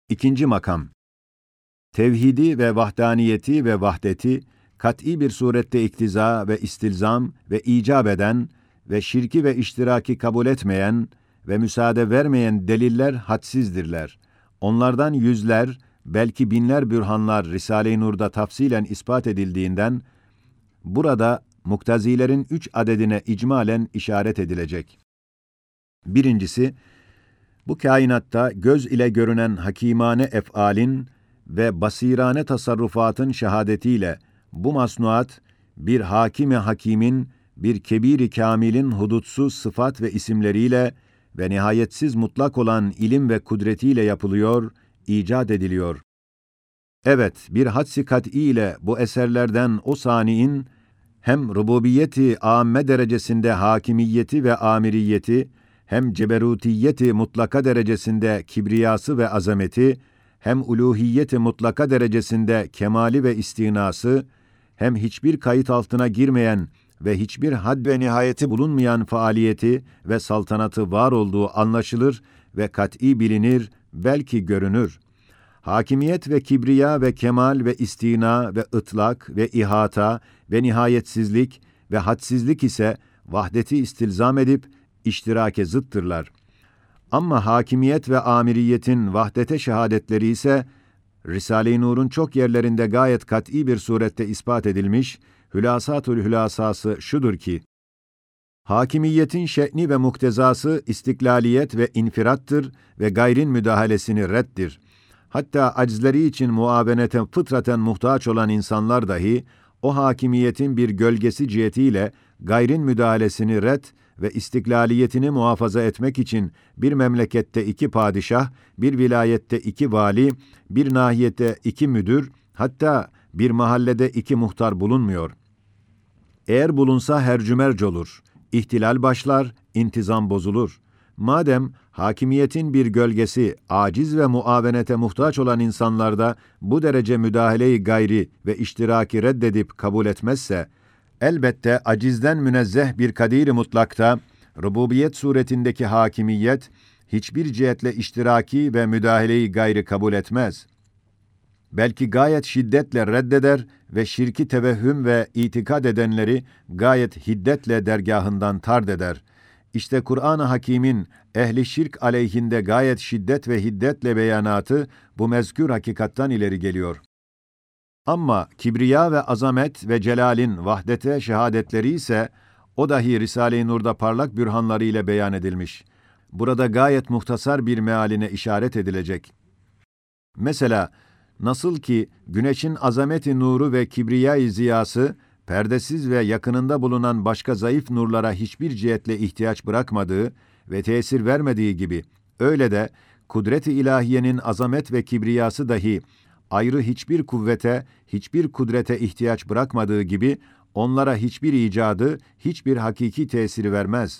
İkinci makam, tevhidi ve vahdaniyeti ve vahdeti, kat'î bir surette iktiza ve istilzam ve icap eden ve şirki ve iştiraki kabul etmeyen ve müsaade vermeyen deliller hadsizdirler. Onlardan yüzler, belki binler bürhanlar Risale-i Nur'da tafsilen ispat edildiğinden, burada muktazilerin 3 adedine icmalen işaret edilecek. Birincisi, bu kainatta göz ile görünen hakimane ef'alin ve basirane tasarrufatın şehadetiyle bu masnuat, bir hakimi hakimin, bir kebiri kamilin hudutsuz sıfat ve isimleriyle ve nihayetsiz mutlak olan ilim ve kudretiyle yapılıyor, icat ediliyor. Evet, bir hadsi kat'î ile bu eserlerden o saniin, hem rububiyeti âmme derecesinde hakimiyeti ve amiriyeti, hem ceberutiyeti mutlaka derecesinde kibriyası ve azameti, hem uluhiyeti mutlaka derecesinde kemali ve istinası, hem hiçbir kayıt altına girmeyen ve hiçbir had ve nihayeti bulunmayan faaliyeti ve saltanatı var olduğu anlaşılır ve kat'î bilinir, belki görünür. Hakimiyet ve kibriya ve kemal ve istina ve ıtlak ve ihata ve nihayetsizlik ve hadsizlik ise vahdeti istilzam edip iştirake zıttırlar. Ama hakimiyet ve amiriyetin vahdete şehadetleri ise Risale-i Nur'un çok yerlerinde gayet kat'î bir surette ispat edilmiş, hülasatül hülasası şudur ki, hakimiyetin şe'ni ve muktezası istiklaliyet ve infirattır ve gayrin müdahalesini reddir. Hatta aczleri için muavenete fıtraten muhtaç olan insanlar dahi, o hakimiyetin bir gölgesi cihetiyle gayrin müdahalesini red ve istiklaliyetini muhafaza etmek için bir memlekette 2 padişah, bir vilayette 2 vali, bir nahiyette 2 müdür, hatta bir mahallede 2 muhtar bulunmuyor. Eğer bulunsa hercümerc olur, ihtilal başlar, intizam bozulur. Madem hakimiyetin bir gölgesi, aciz ve muavenete muhtaç olan insanlarda bu derece müdahale-i gayri ve iştiraki reddedip kabul etmezse, elbette acizden münezzeh bir kadir-i mutlakta, rububiyet suretindeki hakimiyet, hiçbir cihetle iştiraki ve müdahale-i gayri kabul etmez. Belki gayet şiddetle reddeder ve şirki tevehhüm ve itikad edenleri gayet hiddetle dergahından tard eder. İşte Kur'an-ı Hakîm'in ehli şirk aleyhinde gayet şiddet ve hiddetle beyanatı bu mezkür hakikattan ileri geliyor. Ama kibriya ve azamet ve celalin vahdete şehadetleri ise o dahi Risale-i Nur'da parlak bürhanları ile beyan edilmiş. Burada gayet muhtasar bir mealine işaret edilecek. Mesela nasıl ki güneşin azameti nuru ve kibriya-i ziyası perdesiz ve yakınında bulunan başka zayıf nurlara hiçbir cihetle ihtiyaç bırakmadığı ve tesir vermediği gibi, öyle de kudret-i ilahiyenin azamet ve kibriyası dahi ayrı hiçbir kuvvete, hiçbir kudrete ihtiyaç bırakmadığı gibi, onlara hiçbir icadı, hiçbir hakiki tesiri vermez.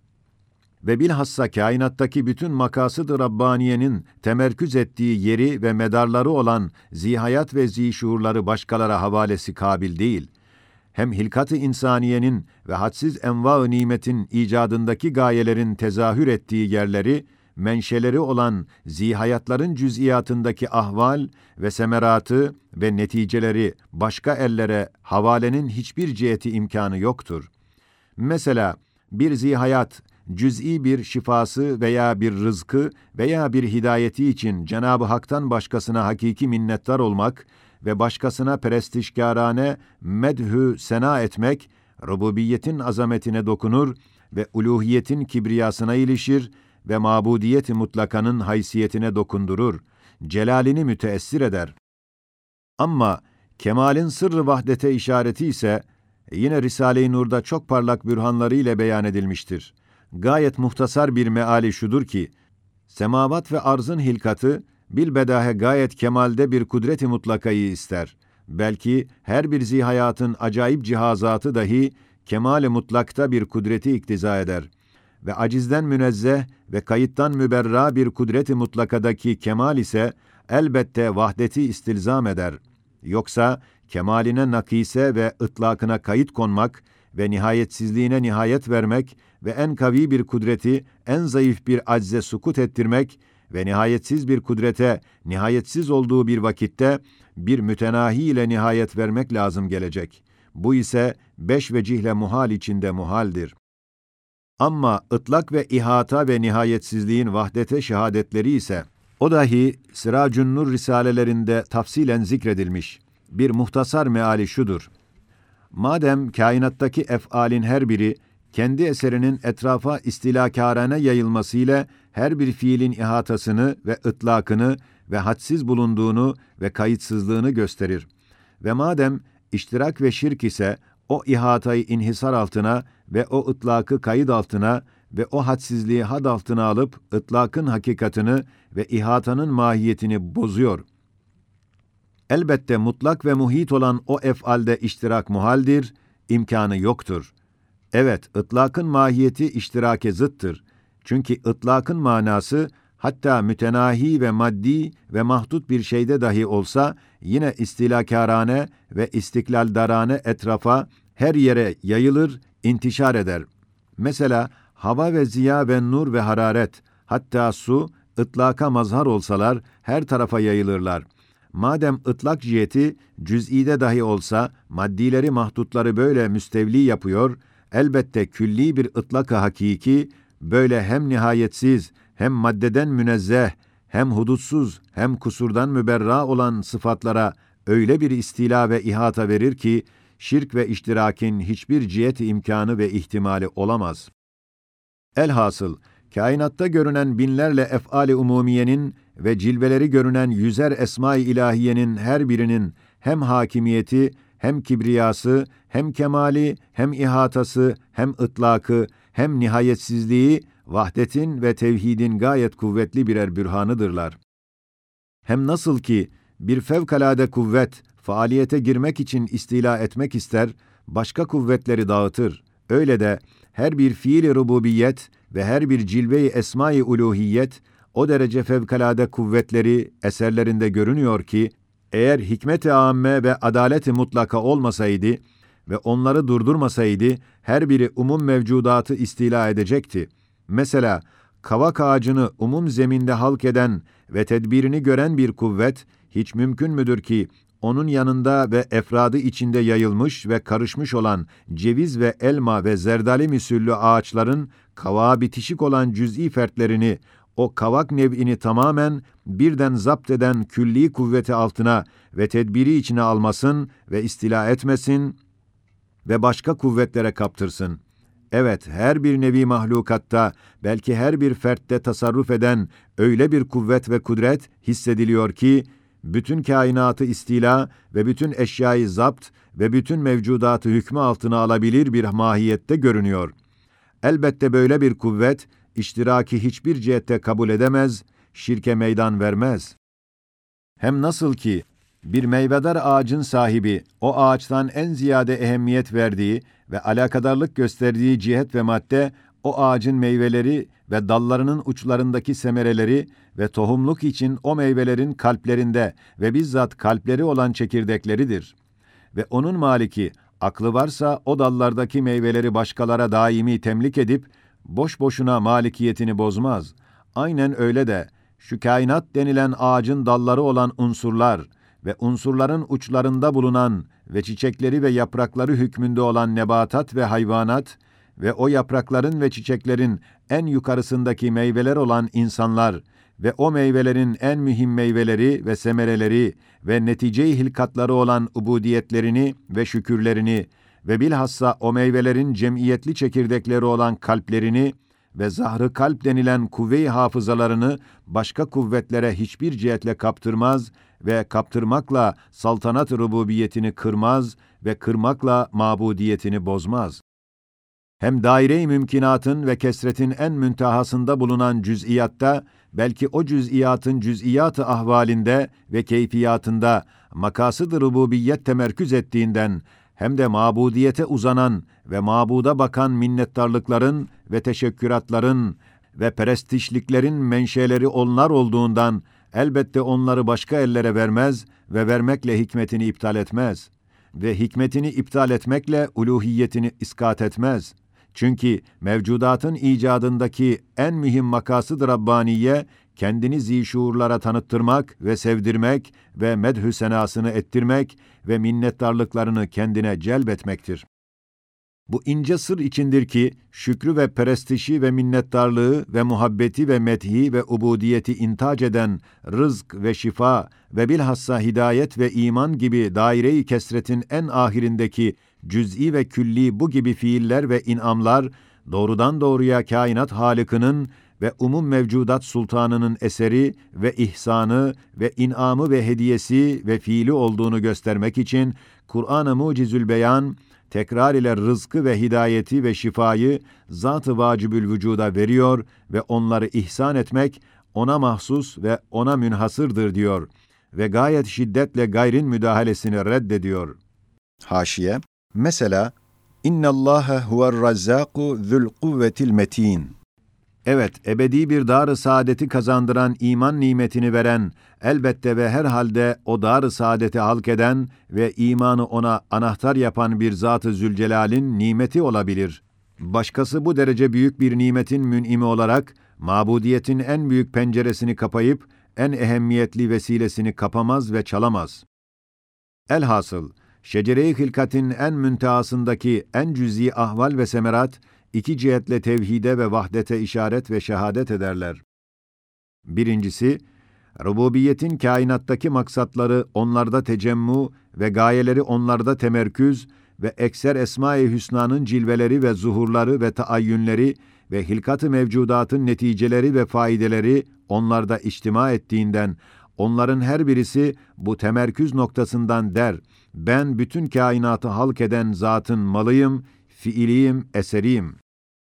Ve bilhassa kainattaki bütün makasıd-ı Rabbaniye'nin temerküz ettiği yeri ve medarları olan zihayat ve zişuurları başkalara havalesi kabil değil. Hem hilkat-ı insaniyenin ve hadsiz enva-ı nimetin icadındaki gayelerin tezahür ettiği yerleri, menşeleri olan zihayatların cüz'iyatındaki ahval ve semeratı ve neticeleri başka ellere havalenin hiçbir ciheti imkanı yoktur. Mesela bir zihayat, cüz'i bir şifası veya bir rızkı veya bir hidayeti için Cenab-ı Hak'tan başkasına hakiki minnettar olmak ve başkasına perestişkârane medhü sena etmek, rububiyetin azametine dokunur ve uluhiyetin kibriyasına ilişir ve mabudiyet-i mutlakanın haysiyetine dokundurur, celalini müteessir eder. Ama kemalin sırrı vahdete işareti ise yine Risale-i Nur'da çok parlak bürhanları ile beyan edilmiştir. Gayet muhtasar bir meali şudur ki, semavat ve arzın hilkatı, bilbedahe gayet kemalde bir kudret-i mutlakayı ister. Belki her bir zihayatın acayip cihazatı dahi kemal-i mutlakta bir kudreti iktiza eder. Ve acizden münezzeh ve kayıttan müberra bir kudret-i mutlakadaki kemal ise elbette vahdeti istilzam eder. Yoksa kemaline nakise ve ıtlakına kayıt konmak ve nihayetsizliğine nihayet vermek ve en kavi bir kudreti en zayıf bir acze sukut ettirmek ve nihayetsiz bir kudrete, nihayetsiz olduğu bir vakitte, bir mütenahi ile nihayet vermek lazım gelecek. Bu ise 5 vecihle muhal içinde muhaldir. Ama ıtlak ve ihata ve nihayetsizliğin vahdete şehadetleri ise, o dahi Siracun Nur risalelerinde tafsilen zikredilmiş. Bir muhtasar meali şudur: madem kainattaki ef'alin her biri, kendi eserinin etrafa istilakârane yayılmasıyla her bir fiilin ihatasını ve ıtlakını ve hadsiz bulunduğunu ve kayıtsızlığını gösterir. Ve madem iştirak ve şirk ise, o ihatayı inhisar altına ve o ıtlakı kayıt altına ve o hadsizliği had altına alıp ıtlakın hakikatını ve ihatanın mahiyetini bozuyor. Elbette mutlak ve muhit olan o ef'alde iştirak muhaldir, imkanı yoktur. Evet, ıtlakın mahiyeti iştirake zıttır. Çünkü ıtlakın manası, hatta mütenahi ve maddi ve mahdut bir şeyde dahi olsa, yine istilakârane ve istiklaldarane etrafa, her yere yayılır, intişar eder. Mesela hava ve ziya ve nur ve hararet, hatta su, ıtlaka mazhar olsalar, her tarafa yayılırlar. Madem ıtlak ciheti, cüz'ide dahi olsa, maddileri mahdutları böyle müstevli yapıyor, elbette külli bir ıtlak-ı hakiki, böyle hem nihayetsiz, hem maddeden münezzeh, hem hudutsuz, hem kusurdan müberra olan sıfatlara öyle bir istila ve ihata verir ki, şirk ve iştirakin hiçbir cihet imkanı ve ihtimali olamaz. Elhasıl, kainatta görünen binlerle ef'al-i umumiyenin ve cilveleri görünen yüzer esma-i ilahiyenin her birinin hem hakimiyeti, hem kibriyası, hem kemali, hem ihatası, hem ıtlakı, hem nihayetsizliği, vahdetin ve tevhidin gayet kuvvetli birer bürhanıdırlar. Hem nasıl ki bir fevkalade kuvvet, faaliyete girmek için istila etmek ister, başka kuvvetleri dağıtır. Öyle de her bir fiil-i rububiyet ve her bir cilve-i esma-i uluhiyet, o derece fevkalade kuvvetleri eserlerinde görünüyor ki, eğer hikmet-i âmme ve adalet-i mutlaka olmasaydı ve onları durdurmasaydı, her biri umum mevcudatı istila edecekti. Mesela, kavak ağacını umum zeminde halk eden ve tedbirini gören bir kuvvet, hiç mümkün müdür ki, onun yanında ve efradı içinde yayılmış ve karışmış olan ceviz ve elma ve zerdali misüllü ağaçların kavağa bitişik olan cüz'i fertlerini, o kavak nev'ini tamamen birden zapt eden külli kuvveti altına ve tedbiri içine almasın ve istila etmesin ve başka kuvvetlere kaptırsın. Evet, her bir nevi mahlukatta, belki her bir fertte tasarruf eden öyle bir kuvvet ve kudret hissediliyor ki, bütün kainatı istila ve bütün eşyayı zapt ve bütün mevcudatı hükmü altına alabilir bir mahiyette görünüyor. Elbette böyle bir kuvvet, iştiraki hiçbir cihette kabul edemez, şirke meydan vermez. Hem nasıl ki, bir meyvedar ağacın sahibi, o ağaçtan en ziyade ehemmiyet verdiği ve alakadarlık gösterdiği cihet ve madde, o ağacın meyveleri ve dallarının uçlarındaki semereleri ve tohumluk için o meyvelerin kalplerinde ve bizzat kalpleri olan çekirdekleridir. Ve onun maliki, aklı varsa o dallardaki meyveleri başkalara daimi temlik edip, boş boşuna malikiyetini bozmaz. Aynen öyle de, şu kainat denilen ağacın dalları olan unsurlar ve unsurların uçlarında bulunan ve çiçekleri ve yaprakları hükmünde olan nebatat ve hayvanat ve o yaprakların ve çiçeklerin en yukarısındaki meyveler olan insanlar ve o meyvelerin en mühim meyveleri ve semereleri ve netice-i hilkatları olan ubudiyetlerini ve şükürlerini ve bilhassa o meyvelerin cemiyetli çekirdekleri olan kalplerini ve zahr-ı kalp denilen kuvve-i hafızalarını başka kuvvetlere hiçbir cihetle kaptırmaz ve kaptırmakla saltanat-ı rububiyetini kırmaz ve kırmakla mabudiyetini bozmaz. Hem daire-i mümkinatın ve kesretin en müntehasında bulunan cüz'iyatta, belki o cüz'iyatın cüz'iyat-ı ahvalinde ve keyfiyatında makasıd-ı rububiyet temerküz ettiğinden, hem de mabudiyete uzanan ve mabuda bakan minnettarlıkların ve teşekküratların ve perestişliklerin menşeleri onlar olduğundan, elbette onları başka ellere vermez ve vermekle hikmetini iptal etmez. Ve hikmetini iptal etmekle uluhiyetini iskat etmez. Çünkü mevcudatın icadındaki en mühim makasıd-ı Rabbaniye, kendini zişuurlara tanıttırmak ve sevdirmek ve medhü senasını ettirmek ve minnettarlıklarını kendine celbetmektir. Bu ince sır içindir ki, şükrü ve perestişi ve minnettarlığı ve muhabbeti ve methi ve ubudiyeti intac eden rızk ve şifa ve bilhassa hidayet ve iman gibi daire-i kesretin en ahirindeki cüz'i ve külli bu gibi fiiller ve inamlar, doğrudan doğruya kainat Halık'ının ve umum mevcudat sultanının eseri ve ihsanı ve inamı ve hediyesi ve fiili olduğunu göstermek için, Kur'an-ı Mucizül Beyan, tekrar ile rızkı ve hidayeti ve şifayı zat-ı vacibül vücuda veriyor ve onları ihsan etmek ona mahsus ve ona münhasırdır diyor ve gayet şiddetle gayrin müdahalesini reddediyor. Haşiye, mesela, İnnallâhe huver-razzâku zul-kuvvetil metin. Evet, ebedi bir dar-ı saadeti kazandıran iman nimetini veren, elbette ve herhalde o dar-ı saadeti halk eden ve imanı ona anahtar yapan bir Zat-ı Zülcelal'in nimeti olabilir. Başkası bu derece büyük bir nimetin mün'imi olarak, mabudiyetin en büyük penceresini kapayıp, en ehemmiyetli vesilesini kapamaz ve çalamaz. Elhasıl, şecere-i hilkatin en müntehasındaki en cüz'i ahval ve semerat, iki cihetle tevhide ve vahdete işaret ve şehadet ederler. Birincisi, rububiyetin kainattaki maksatları onlarda tecemmu ve gayeleri onlarda temerküz ve ekser Esma-i Hüsna'nın cilveleri ve zuhurları ve taayyünleri ve hilkat-ı mevcudatın neticeleri ve faideleri onlarda içtima ettiğinden, onların her birisi bu temerküz noktasından der, ben bütün kainatı halk eden zatın malıyım, fiiliyim, eseriyim.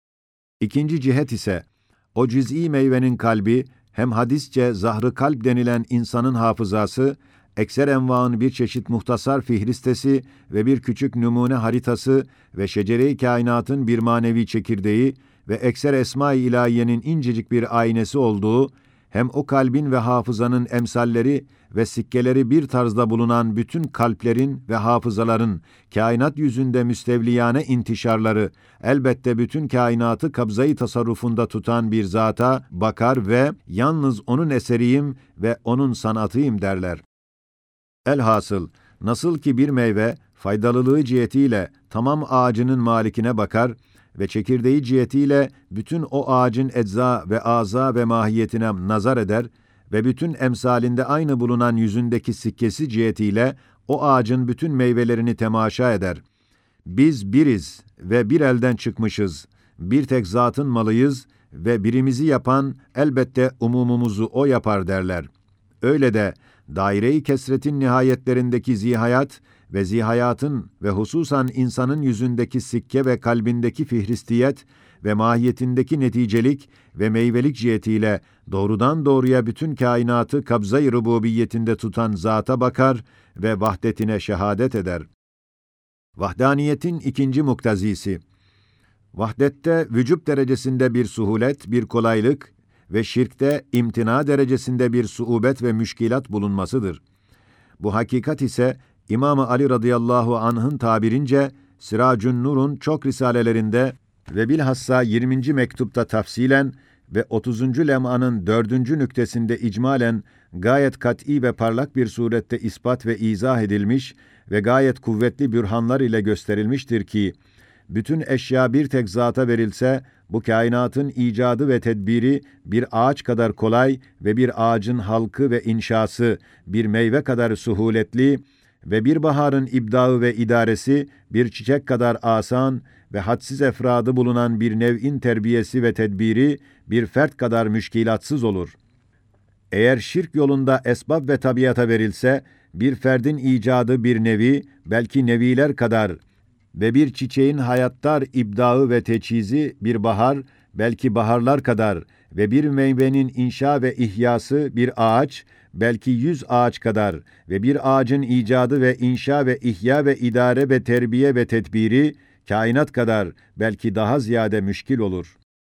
İkinci cihet ise, o cüz'i meyvenin kalbi, hem hadisçe zahr-ı kalp denilen insanın hafızası, ekser envaın bir çeşit muhtasar fihristesi ve bir küçük numune haritası ve şecere-i kainatın bir manevi çekirdeği ve ekser esma-i ilahiyenin incecik bir aynesi olduğu, hem o kalbin ve hafızanın emsalleri ve sikkeleri bir tarzda bulunan bütün kalplerin ve hafızaların kainat yüzünde müstevliyane intişarları, elbette bütün kainatı kabza-i tasarrufunda tutan bir zata bakar ve yalnız onun eseriyim ve onun sanatıyım derler. Elhasıl, nasıl ki bir meyve, faydalılığı cihetiyle tamam ağacının malikine bakar ve çekirdeği cihetiyle bütün o ağacın ecza ve aza ve mahiyetine nazar eder ve bütün emsalinde aynı bulunan yüzündeki sikkesi cihetiyle o ağacın bütün meyvelerini temaşa eder. Biz biriz ve bir elden çıkmışız, bir tek zatın malıyız ve birimizi yapan elbette umumumuzu o yapar derler. Öyle de daire-i kesretin nihayetlerindeki zihayat ve zihayatın ve hususan insanın yüzündeki sikke ve kalbindeki fihristiyet ve mahiyetindeki neticelik ve meyvelik cihetiyle doğrudan doğruya bütün kainatı kabza-i rububiyetinde tutan zata bakar ve vahdetine şehadet eder. Vahdaniyetin ikinci muktazisi, vahdette vücub derecesinde bir suhulet, bir kolaylık ve şirkte imtina derecesinde bir suubet ve müşkilat bulunmasıdır. Bu hakikat ise İmam-ı Ali radıyallahu anh'ın tabirince Siracun Nur'un çok risalelerinde ve bilhassa 20. mektupta tafsilen ve 30. lem'anın 4. nüktesinde icmalen gayet kat'î ve parlak bir surette ispat ve izah edilmiş ve gayet kuvvetli bürhanlar ile gösterilmiştir ki, bütün eşya bir tek zata verilse, bu kainatın icadı ve tedbiri bir ağaç kadar kolay ve bir ağacın halkı ve inşası bir meyve kadar suhuletli ve bir baharın ibdağı ve idaresi bir çiçek kadar asan ve hadsiz efradı bulunan bir nev'in terbiyesi ve tedbiri bir fert kadar müşkilatsız olur. Eğer şirk yolunda esbab ve tabiata verilse, bir ferdin icadı bir nevi, belki neviler kadar ve bir çiçeğin hayattar ibdağı ve teçhizi bir bahar, belki baharlar kadar ve bir meyvenin inşa ve ihyası bir ağaç, belki 100 ağaç kadar ve bir ağacın icadı ve inşa ve ihya ve idare ve terbiye ve tedbiri kainat kadar belki daha ziyade müşkil olur.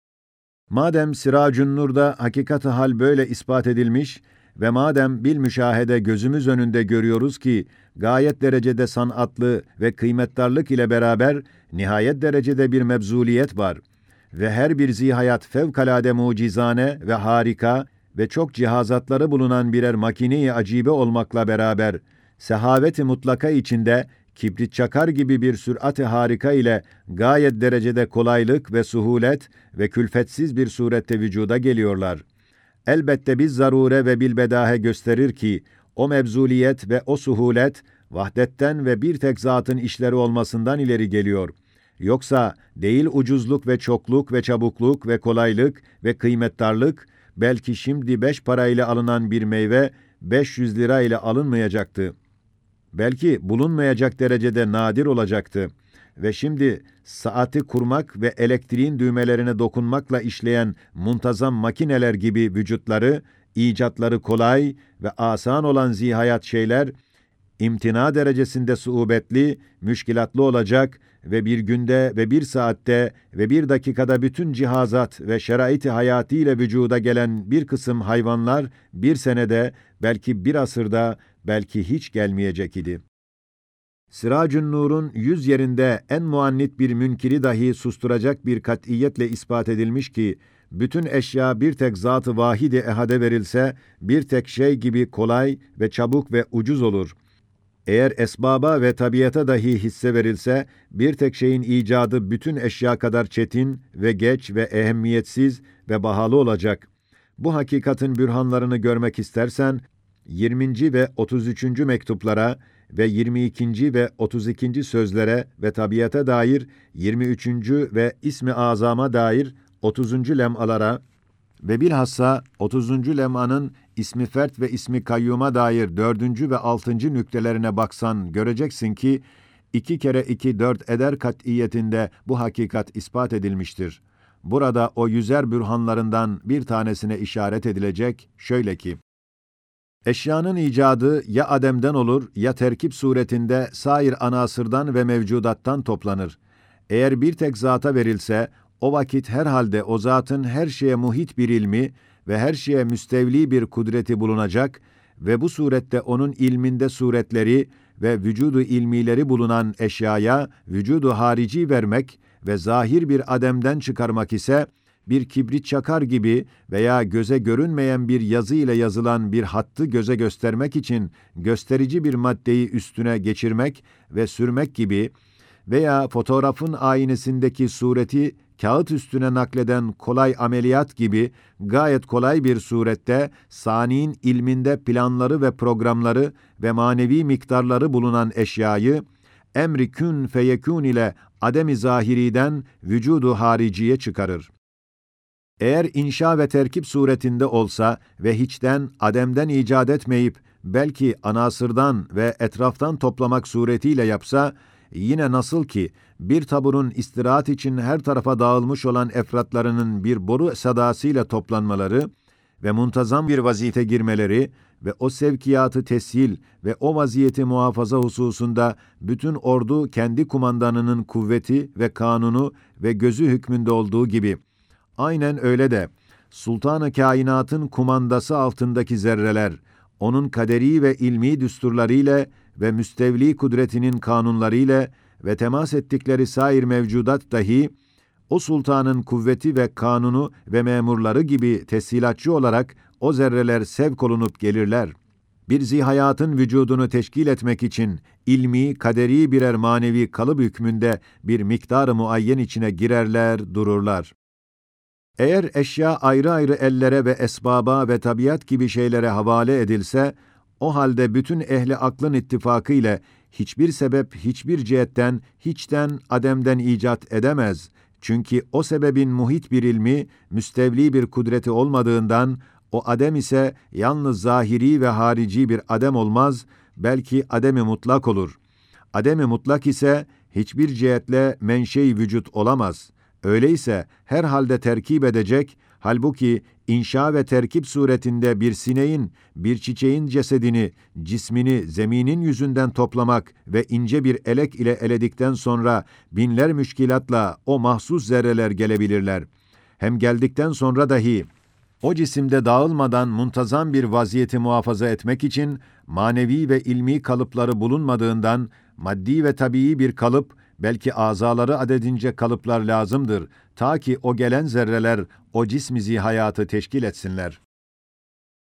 Madem Siracun Nur'da hakikat-ı hal böyle ispat edilmiş ve madem bil müşahede gözümüz önünde görüyoruz ki gayet derecede sanatlı ve kıymetdarlık ile beraber nihayet derecede bir mebzuliyet var ve her bir zihayat fevkalade mucizane ve harika ve çok cihazatları bulunan birer makine-i acibe olmakla beraber, sehavet-i mutlaka içinde kibrit çakar gibi bir sürat-i harika ile gayet derecede kolaylık ve suhulet ve külfetsiz bir surette vücuda geliyorlar. Elbette biz zarure ve bilbedahe gösterir ki, o mevzuliyet ve o suhulet, vahdetten ve bir tek zatın işleri olmasından ileri geliyor. Yoksa değil ucuzluk ve çokluk ve çabukluk ve kolaylık ve kıymetdarlık, belki şimdi 5 parayla alınan bir meyve 500 lira ile alınmayacaktı. Belki bulunmayacak derecede nadir olacaktı. Ve şimdi saati kurmak ve elektriğin düğmelerine dokunmakla işleyen muntazam makineler gibi vücutları, icatları kolay ve asan olan zihayat şeyler, imtina derecesinde suubetli, müşkilatlı olacak ve bir günde ve bir saatte ve bir dakikada bütün cihazat ve şerait-i hayati ile vücuda gelen bir kısım hayvanlar bir senede, belki bir asırda, belki hiç gelmeyecek idi. Siracun Nur'un 100 yerinde en muannit bir münkiri dahi susturacak bir kat'iyetle ispat edilmiş ki, bütün eşya bir tek zat-ı vahid-i ehade verilse, bir tek şey gibi kolay ve çabuk ve ucuz olur. Eğer esbaba ve tabiata dahi hisse verilse, bir tek şeyin icadı bütün eşya kadar çetin ve geç ve ehemmiyetsiz ve bahalı olacak. Bu hakikatin bürhanlarını görmek istersen, 20. ve 33. mektuplara ve 22. ve 32. sözlere ve tabiata dair 23. ve ismi azama dair 30. lemalara ve bilhassa 30. lemanın ismi fert ve ismi kayyuma dair 4. ve 6. nüktelerine baksan göreceksin ki 2 kere 2 4 eder kat'iyetinde bu hakikat ispat edilmiştir. Burada o 100'er bürhanlarından bir tanesine işaret edilecek, şöyle ki, eşyanın icadı ya ademden olur ya terkip suretinde sair anasırdan ve mevcudattan toplanır. Eğer bir tek zata verilse, o vakit herhalde o zatın her şeye muhit bir ilmi ve her şeye müstevli bir kudreti bulunacak ve bu surette onun ilminde suretleri ve vücudu ilmileri bulunan eşyaya vücudu harici vermek ve zahir bir ademden çıkarmak ise, bir kibrit çakar gibi veya göze görünmeyen bir yazı ile yazılan bir hattı göze göstermek için gösterici bir maddeyi üstüne geçirmek ve sürmek gibi veya fotoğrafın aynesindeki sureti kağıt üstüne nakleden kolay ameliyat gibi gayet kolay bir surette sani'in ilminde planları ve programları ve manevi miktarları bulunan eşyayı emri kün feyekûn ile adem-i zahiriden vücudu hariciye çıkarır. Eğer inşa ve terkip suretinde olsa ve hiçten, ademden icat etmeyip, belki anasırdan ve etraftan toplamak suretiyle yapsa, yine nasıl ki, bir taburun istirahat için her tarafa dağılmış olan efratlarının bir boru sadasıyla toplanmaları ve muntazam bir vaziyete girmeleri ve o sevkiyatı teshil ve o vaziyeti muhafaza hususunda bütün ordu kendi kumandanının kuvveti ve kanunu ve gözü hükmünde olduğu gibi, aynen öyle de Sultan-ı Kainat'ın kumandası altındaki zerreler, onun kaderi ve ilmi düsturlarıyla ve müstevli kudretinin kanunlarıyla ve temas ettikleri sair mevcudat dahi, o sultanın kuvveti ve kanunu ve memurları gibi teshilatçı olarak o zerreler sevk olunup gelirler. Bir zihayatın vücudunu teşkil etmek için ilmi, kaderi birer manevi kalıp hükmünde bir miktar-ı muayyen içine girerler, dururlar. Eğer eşya ayrı ayrı ellere ve esbaba ve tabiat gibi şeylere havale edilse, o halde bütün ehli aklın ittifakı ile hiçbir sebep hiçbir cihetten, hiçten, ademden icat edemez. Çünkü o sebebin muhit bir ilmi, müstevli bir kudreti olmadığından, o adem ise yalnız zahiri ve harici bir adem olmaz, belki ademi mutlak olur. Ademi mutlak ise hiçbir cihetle menşe-i vücut olamaz. Öyleyse herhalde terkip edecek, halbuki inşa ve terkip suretinde bir sineğin, bir çiçeğin cesedini, cismini zeminin yüzünden toplamak ve ince bir elek ile eledikten sonra binler müşkilatla o mahsus zerreler gelebilirler. Hem geldikten sonra dahi o cisimde dağılmadan muntazam bir vaziyeti muhafaza etmek için manevi ve ilmi kalıpları bulunmadığından maddi ve tabii bir kalıp, belki azaları adedince kalıplar lazımdır, ta ki o gelen zerreler o cismi zihayatı teşkil etsinler.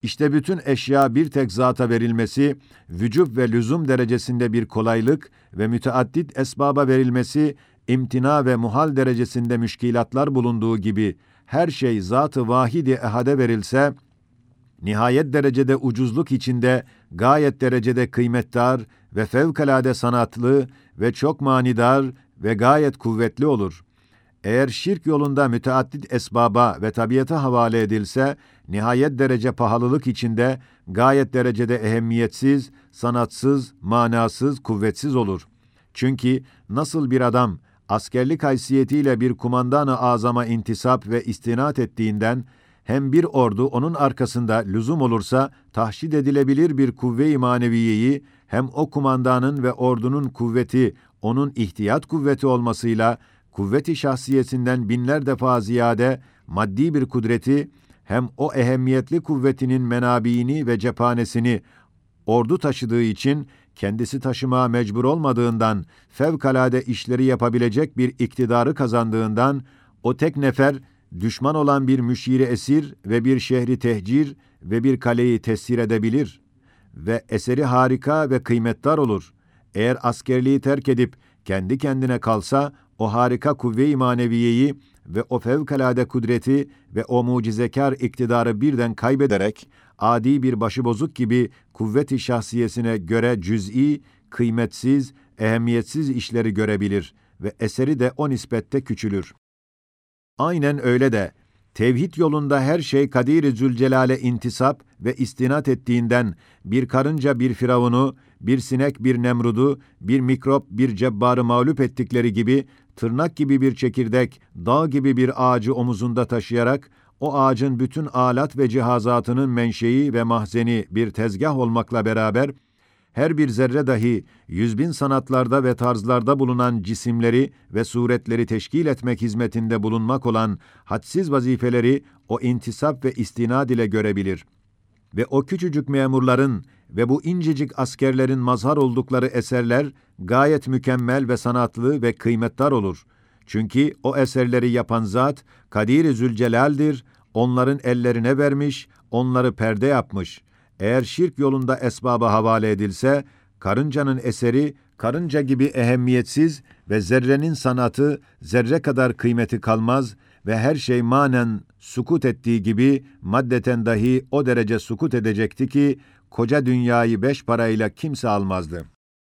İşte bütün eşya bir tek zata verilmesi, vücub ve lüzum derecesinde bir kolaylık ve müteaddit esbaba verilmesi, imtina ve muhal derecesinde müşkilatlar bulunduğu gibi, her şey zat-ı vahid-i ehade verilse, nihayet derecede ucuzluk içinde, gayet derecede kıymetdar ve fevkalade sanatlı ve çok manidar ve gayet kuvvetli olur. Eğer şirk yolunda müteaddit esbaba ve tabiata havale edilse, nihayet derece pahalılık içinde, gayet derecede ehemmiyetsiz, sanatsız, manasız, kuvvetsiz olur. Çünkü nasıl bir adam, askerlik haysiyetiyle bir kumandan-ı azama intisap ve istinat ettiğinden, hem bir ordu onun arkasında lüzum olursa tahşid edilebilir bir kuvve-i maneviyeyi, hem o kumandanın ve ordunun kuvveti, onun ihtiyat kuvveti olmasıyla, kuvvet-i şahsiyesinden binler defa ziyade maddi bir kudreti, hem o ehemmiyetli kuvvetinin menabiini ve cephanesini ordu taşıdığı için, kendisi taşımaya mecbur olmadığından, fevkalade işleri yapabilecek bir iktidarı kazandığından, o tek nefer, düşman olan bir müşiri esir ve bir şehri tehcir ve bir kaleyi tesir edebilir ve eseri harika ve kıymetdar olur. Eğer askerliği terk edip kendi kendine kalsa, o harika kuvve-i maneviyeyi ve o fevkalade kudreti ve o mucizekar iktidarı birden kaybederek, adi bir başıbozuk gibi kuvvet-i şahsiyesine göre cüz'i, kıymetsiz, ehemmiyetsiz işleri görebilir ve eseri de o nispette küçülür. Aynen öyle de, tevhid yolunda her şey Kadir-i Zülcelal'e intisap ve istinat ettiğinden, bir karınca bir firavunu, bir sinek bir Nemrud'u, bir mikrop bir cebbarı mağlup ettikleri gibi, tırnak gibi bir çekirdek, dağ gibi bir ağacı omuzunda taşıyarak, o ağacın bütün alat ve cihazatının menşei ve mahzeni bir tezgah olmakla beraber, her bir zerre dahi 100.000 sanatlarda ve tarzlarda bulunan cisimleri ve suretleri teşkil etmek hizmetinde bulunmak olan hadsiz vazifeleri o intisap ve istinad ile görebilir. Ve o küçücük memurların ve bu incecik askerlerin mazhar oldukları eserler gayet mükemmel ve sanatlı ve kıymetdar olur. Çünkü o eserleri yapan zat Kadir-i Zülcelal'dir, onların ellerine vermiş, onları perde yapmış. Eğer şirk yolunda esbaba havale edilse, karıncanın eseri, karınca gibi ehemmiyetsiz ve zerrenin sanatı, zerre kadar kıymeti kalmaz ve her şey manen sukut ettiği gibi, maddeten dahi o derece sukut edecekti ki, koca dünyayı 5 parayla kimse almazdı.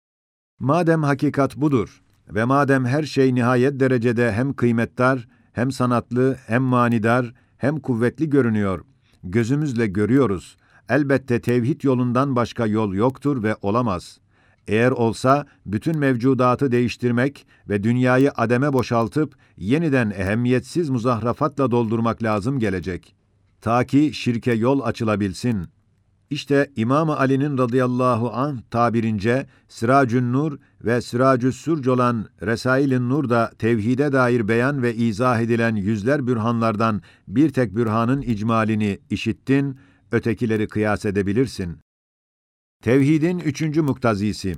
Madem hakikat budur ve madem her şey nihayet derecede hem kıymetdar, hem sanatlı, hem manidar, hem kuvvetli görünüyor, gözümüzle görüyoruz. Elbette tevhid yolundan başka yol yoktur ve olamaz. Eğer olsa, bütün mevcudatı değiştirmek ve dünyayı ademe boşaltıp, yeniden ehemmiyetsiz muzahrafatla doldurmak lazım gelecek. Ta ki şirke yol açılabilsin. İşte İmam-ı Ali'nin radıyallahu anh tabirince, Siracün Nur ve Siracü's Sürc olan Resail-i Nur'da tevhide dair beyan ve izah edilen yüzler bürhanlardan bir tek bürhanın icmalini işittin, ötekileri kıyas edebilirsin. Tevhidin 3. muktazisi.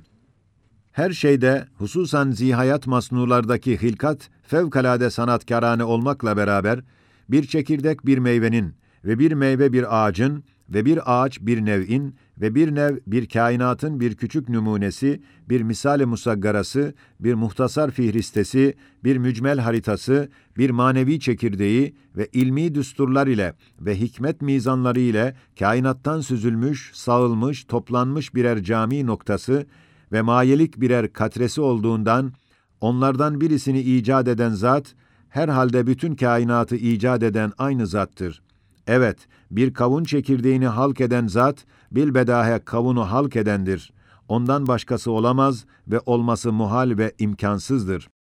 Her şeyde, hususan zihayat masnulardaki hilkat, fevkalade sanatkârane olmakla beraber, bir çekirdek bir meyvenin ve bir meyve bir ağacın ve bir ağaç bir nev'in ve bir nev bir kainatın bir küçük numunesi, bir misal-i musaggarası, bir muhtasar fihristesi, bir mücmel haritası, bir manevi çekirdeği ve ilmi düsturlar ile ve hikmet mizanları ile kainattan süzülmüş, sağılmış, toplanmış birer cami noktası ve mayelik birer katresi olduğundan, onlardan birisini icat eden zat, herhalde bütün kainatı icat eden aynı zattır. Evet, bir kavun çekirdeğini halk eden zat, bilbedahe kavunu halk edendir. Ondan başkası olamaz ve olması muhal ve imkansızdır.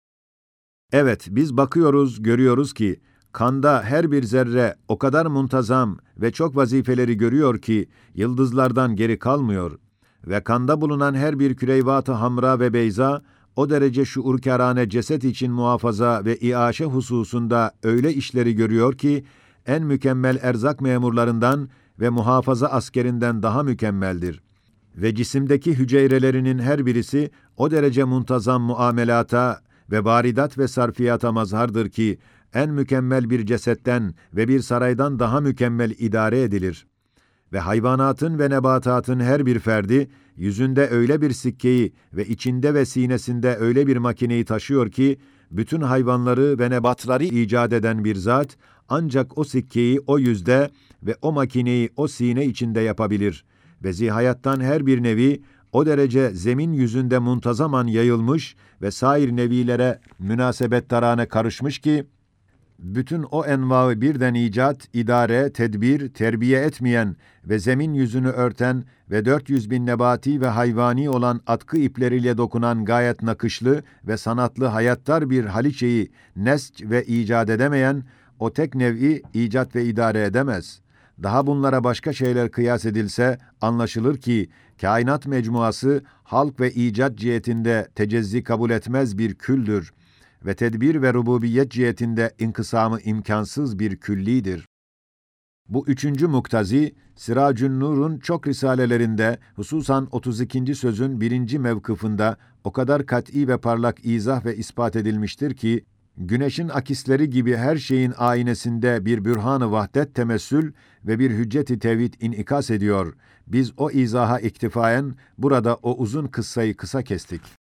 Evet, biz bakıyoruz, görüyoruz ki, kanda her bir zerre o kadar muntazam ve çok vazifeleri görüyor ki, yıldızlardan geri kalmıyor. Ve kanda bulunan her bir küreyvat-ı hamra ve beyza, o derece şuurkârane ceset için muhafaza ve iaşe hususunda öyle işleri görüyor ki, en mükemmel erzak memurlarından ve muhafaza askerinden daha mükemmeldir. Ve cisimdeki hücrelerinin her birisi o derece muntazam muamelata ve baridat ve sarfiyata mazhardır ki, en mükemmel bir cesetten ve bir saraydan daha mükemmel idare edilir. Ve hayvanatın ve nebatatın her bir ferdi, yüzünde öyle bir sikkeyi ve içinde ve sinesinde öyle bir makineyi taşıyor ki, bütün hayvanları ve nebatları icat eden bir zat, ancak o sikkeyi o yüzde ve o makineyi o sine içinde yapabilir. Ve zihayattan her bir nevi, o derece zemin yüzünde muntazaman yayılmış ve sair nevilere münasebettarane karışmış ki, bütün o envaı birden icat, idare, tedbir, terbiye etmeyen ve zemin yüzünü örten ve 400 bin nebati ve hayvani olan atkı ipleriyle dokunan gayet nakışlı ve sanatlı hayattar bir haliçeyi nesç ve icat edemeyen, o tek nev'i icat ve idare edemez. Daha bunlara başka şeyler kıyas edilse, anlaşılır ki, kainat mecmuası, halk ve icat cihetinde tecezzi kabul etmez bir küldür ve tedbir ve rububiyet cihetinde inkısamı imkansız bir küllidir. Bu üçüncü muktazi, Siracün Nur'un çok risalelerinde, hususan 32. sözün 1. mevkıfında o kadar kat'î ve parlak izah ve ispat edilmiştir ki, güneşin akisleri gibi her şeyin aynesinde bir bürhan-ı vahdet temessül ve bir hüccet-i tevhid inikas ediyor. Biz o izaha iktifaen burada o uzun kıssayı kısa kestik.